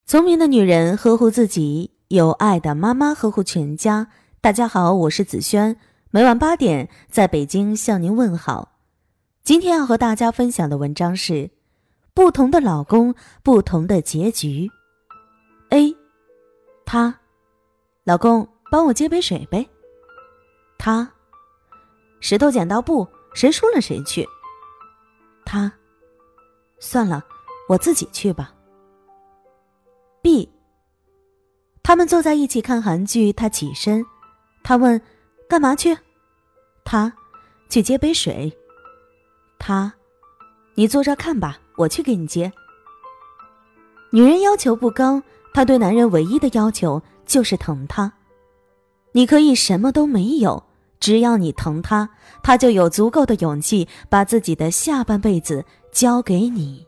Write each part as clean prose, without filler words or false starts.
聪明的女人呵护自己，有爱的妈妈呵护全家。大家好，我是子轩，每晚8点在北京向您问好。今天要和大家分享的文章是不同的老公，不同的结局。 A 他，老公帮我接杯水呗。他，石头剪刀布，谁输了谁去。他，算了，我自己去吧。B 他们坐在一起看韩剧，他起身，他问干嘛去？他去接杯水。他，你坐这看吧，我去给你接。女人要求不高，她对男人唯一的要求就是疼他。你可以什么都没有，只要你疼他，他就有足够的勇气把自己的下半辈子交给你。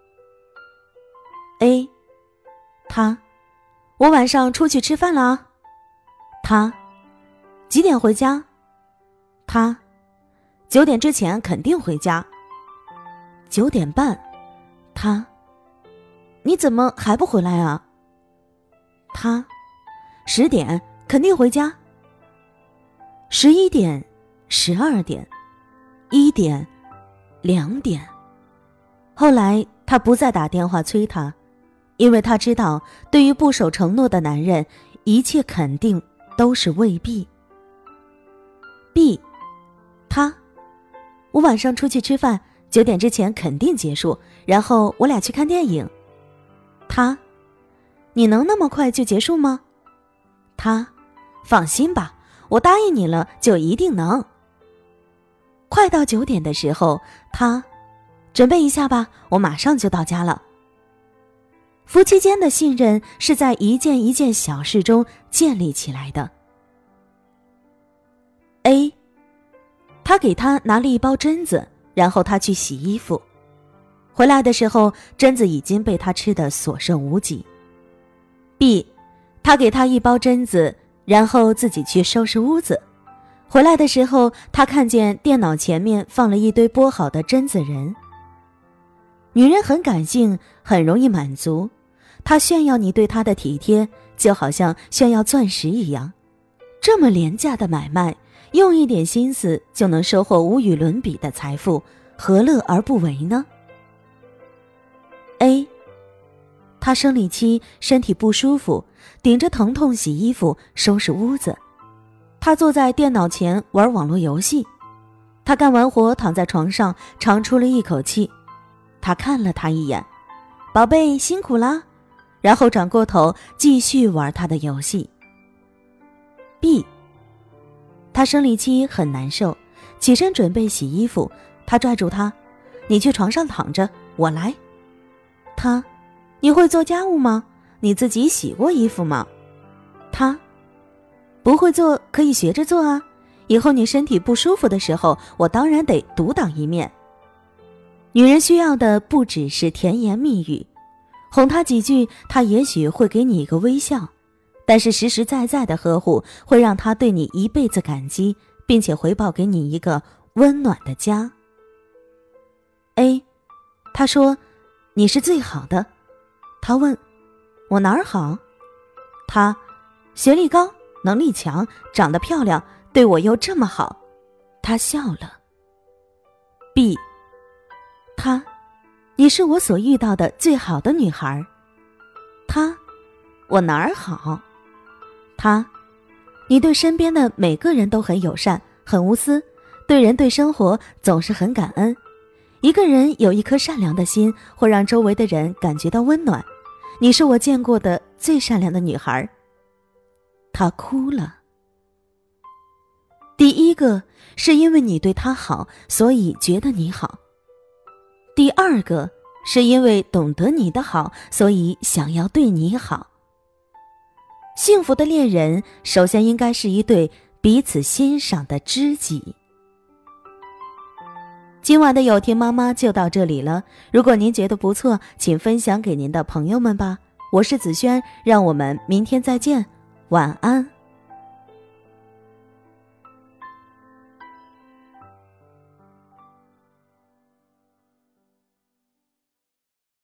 A 他，我晚上出去吃饭了啊。他，几点回家？他，9点之前肯定回家。9点半。他，你怎么还不回来啊？他，10点肯定回家。11点、12点、1点、2点。后来他不再打电话催他，因为他知道对于不守承诺的男人，一切肯定都是未必。 B 他，我晚上出去吃饭，9点之前肯定结束，然后我俩去看电影。他，你能那么快就结束吗？他，放心吧，我答应你了，就一定能。快到9点的时候，他，准备一下吧，我马上就到家了。夫妻间的信任是在一件一件小事中建立起来的。 A 他给他拿了一包榛子，然后他去洗衣服，回来的时候榛子已经被他吃得所剩无几。 B 他给他一包榛子，然后自己去收拾屋子，回来的时候他看见电脑前面放了一堆剥好的榛子仁。女人很感性，很容易满足，她炫耀你对她的体贴，就好像炫耀钻石一样。这么廉价的买卖，用一点心思就能收获无与伦比的财富，何乐而不为呢？ A 她生理期，身体不舒服，顶着疼痛洗衣服收拾屋子。她坐在电脑前玩网络游戏，她干完活躺在床上长出了一口气。他看了他一眼，宝贝辛苦啦，然后转过头继续玩他的游戏。 B 他生理期很难受，起身准备洗衣服，他拽住他，你去床上躺着，我来。他，你会做家务吗？你自己洗过衣服吗？他，不会做可以学着做啊，以后你身体不舒服的时候，我当然得独当一面。女人需要的不只是甜言蜜语，哄她几句，她也许会给你一个微笑，但是实实在在的呵护会让她对你一辈子感激，并且回报给你一个温暖的家。 A 她说你是最好的。她问我哪儿好？她学历高，能力强，长得漂亮，对我又这么好。她笑了。 B她，你是我所遇到的最好的女孩。她，我哪儿好？她，你对身边的每个人都很友善，很无私，对人对生活总是很感恩。一个人有一颗善良的心，会让周围的人感觉到温暖。你是我见过的最善良的女孩。她哭了。第一个是因为你对她好，所以觉得你好。第二个是因为懂得你的好，所以想要对你好。幸福的恋人首先应该是一对彼此欣赏的知己。今晚的有听妈妈就到这里了，如果您觉得不错，请分享给您的朋友们吧。我是子轩，让我们明天再见，晚安。